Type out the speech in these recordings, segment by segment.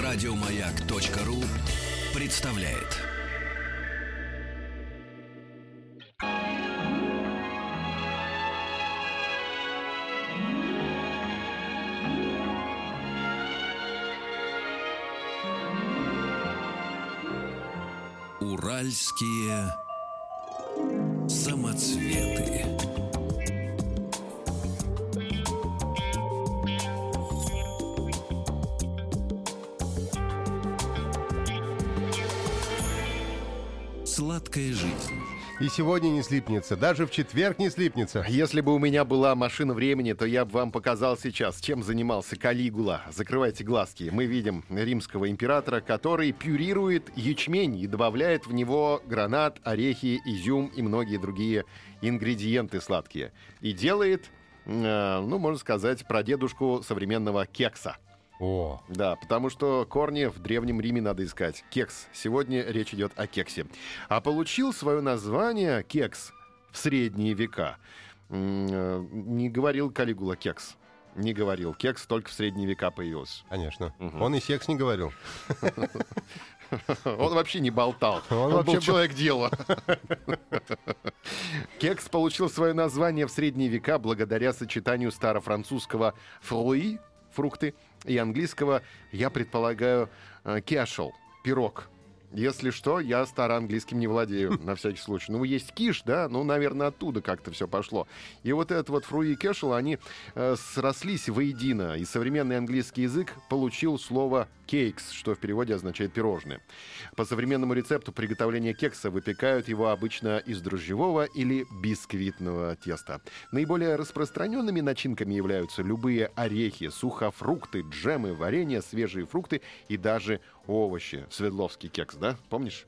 Радиомаяк.ру представляет. Уральские самоцветы. Сладкая жизнь. И сегодня не слипнется, даже в четверг не слипнется. Если бы у меня была машина времени, то я бы вам показал сейчас, чем занимался Калигула. Закрывайте глазки. Мы видим римского императора, который пюрирует ячмень и добавляет в него гранат, орехи, изюм и многие другие ингредиенты сладкие. И делает, можно сказать, прадедушку современного кекса. О. Да, потому что корни в Древнем Риме надо искать. Кекс. Сегодня речь идет о кексе. А получил свое название кекс в средние века. Не говорил Калигула кекс. Не говорил. Кекс только в средние века появился. Конечно. Он и секс не говорил. Он вообще не болтал. Он был человек дела. Кекс получил свое название в средние века благодаря сочетанию старофранцузского «фруи» — фрукты, и английского, я предполагаю, кешел, пирог. Если что, я староанглийским не владею, на всякий случай. Есть киш, да, наверное, оттуда как-то все пошло. И вот этот вот фруи и кешел, они срослись воедино, и современный английский язык получил слово кейкс, что в переводе означает пирожное. По современному рецепту приготовления кекса выпекают его обычно из дрожжевого или бисквитного теста. Наиболее распространенными начинками являются любые орехи, сухофрукты, джемы, варенье, свежие фрукты и даже овощи. Свердловский кекс, да? Помнишь?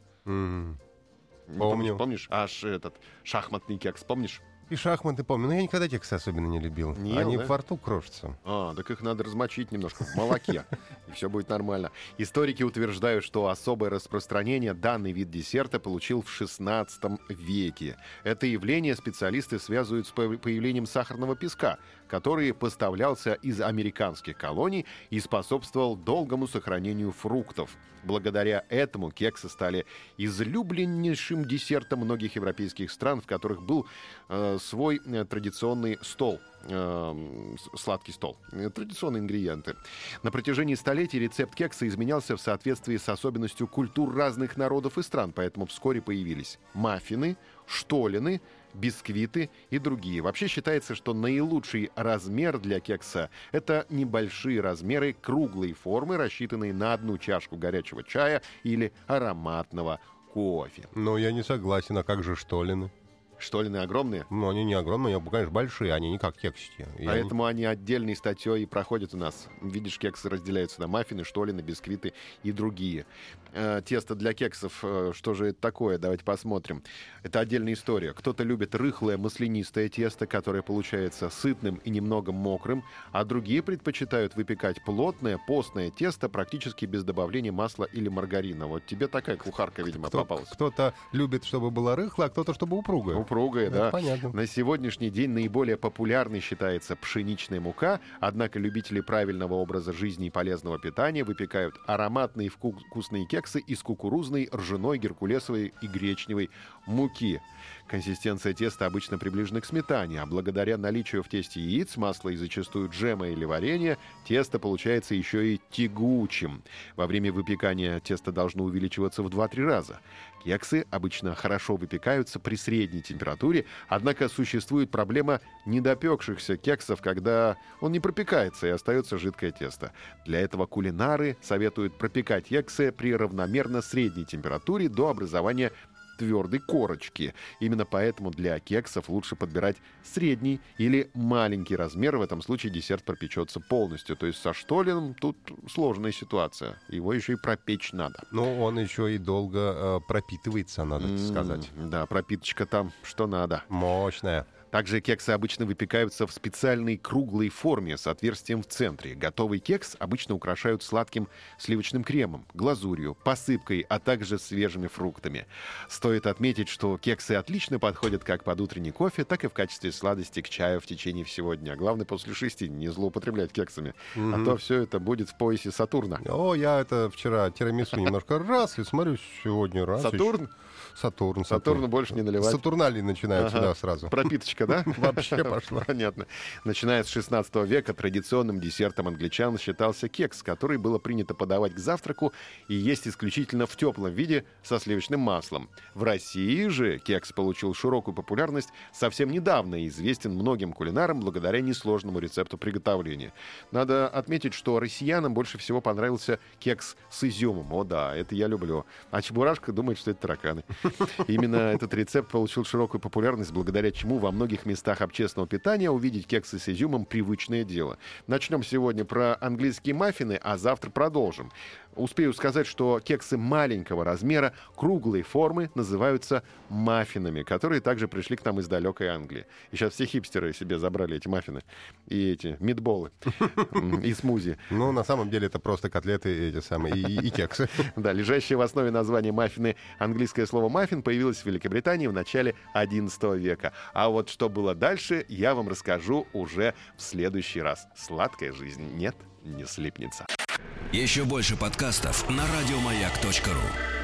Помню. Помнишь? Аж этот шахматный кекс, помнишь? И шахматы помню, но я никогда кексы особенно не любил. Не ел, Они да? во рту крошатся. Так их надо размочить немножко в молоке, и все будет нормально. Историки утверждают, что особое распространение данный вид десерта получил в XVI веке. Это явление специалисты связывают с появлением сахарного песка, который поставлялся из американских колоний и способствовал долгому сохранению фруктов. Благодаря этому кексы стали излюбленнейшим десертом многих европейских стран, в которых был свой традиционный стол, сладкий стол, традиционные ингредиенты. На протяжении столетий рецепт кекса изменялся в соответствии с особенностью культур разных народов и стран, поэтому вскоре появились маффины, штоллины, бисквиты и другие. Вообще считается, что наилучший размер для кекса — это небольшие размеры круглой формы, рассчитанные на одну чашку горячего чая или ароматного кофе. Но я не согласен, а как же штоллины? Штоллины огромные? Они не огромные, конечно, большие, они не как кексики. Поэтому они отдельной статьей и проходят у нас. Видишь, кексы разделяются на маффины, штоллины, бисквиты и другие. Тесто для кексов, что же это такое? Давайте посмотрим. Это отдельная история. Кто-то любит рыхлое маслянистое тесто, которое получается сытным и немного мокрым, а другие предпочитают выпекать плотное постное тесто практически без добавления масла или маргарина. Вот тебе такая кухарка, видимо, попалась. Кто-то любит, чтобы было рыхло, а кто-то, чтобы упругое. Упругая, да. Понятно. На сегодняшний день наиболее популярной считается пшеничная мука, однако любители правильного образа жизни и полезного питания выпекают ароматные вкусные кексы из кукурузной, ржаной, геркулесовой и гречневой муки. Консистенция теста обычно приближена к сметане, а благодаря наличию в тесте яиц, масла и зачастую джема или варенья, тесто получается еще и тягучим. Во время выпекания тесто должно увеличиваться в 2-3 раза. Кексы обычно хорошо выпекаются при средней температуре, однако существует проблема недопекшихся кексов, когда он не пропекается и остается жидкое тесто. Для этого кулинары советуют пропекать кексы при равномерно средней температуре до образования твердой корочки. Именно поэтому для кексов лучше подбирать средний или маленький размер. В этом случае десерт пропечется полностью. То есть со штолленом тут сложная ситуация. Его еще и пропечь надо. Но он еще и долго пропитывается, надо сказать. Да, пропиточка там что надо. Мощная. Также кексы обычно выпекаются в специальной круглой форме с отверстием в центре. Готовый кекс обычно украшают сладким сливочным кремом, глазурью, посыпкой, а также свежими фруктами. Стоит отметить, что кексы отлично подходят как под утренний кофе, так и в качестве сладости к чаю в течение всего дня. Главное, после 6 не злоупотреблять кексами, а то все это будет в поясе Сатурна. О, я это вчера тирамису немножко раз, и смотрю, сегодня раз. Сатурн? Сатурн. Сатурну больше не наливать. Сатурналии начинаются, да, сразу. Пропиточка, да? Вообще пошла. Понятно. Начиная с 16 века традиционным десертом англичан считался кекс, который было принято подавать к завтраку и есть исключительно в теплом виде со сливочным маслом. В России же кекс получил широкую популярность совсем недавно и известен многим кулинарам благодаря несложному рецепту приготовления. Надо отметить, что россиянам больше всего понравился кекс с изюмом. О да, это я люблю. А Чебурашка думает, что это тараканы. Именно этот рецепт получил широкую популярность, благодаря чему во многих местах общественного питания увидеть кексы с изюмом — привычное дело. Начнем сегодня про английские маффины, а завтра продолжим. Успею сказать, что кексы маленького размера, круглой формы называются маффинами, которые также пришли к нам из далекой Англии. И сейчас все хипстеры себе забрали эти маффины и эти митболы и смузи. Ну, на самом деле, это просто котлеты эти самые и кексы. Да, лежащее в основе названия маффины английское слово «маффин» появилось в Великобритании в начале XI века. А вот что было дальше, я вам расскажу уже в следующий раз. Сладкая жизнь не слипнется. Еще больше подкастов на радиомаяк.ру.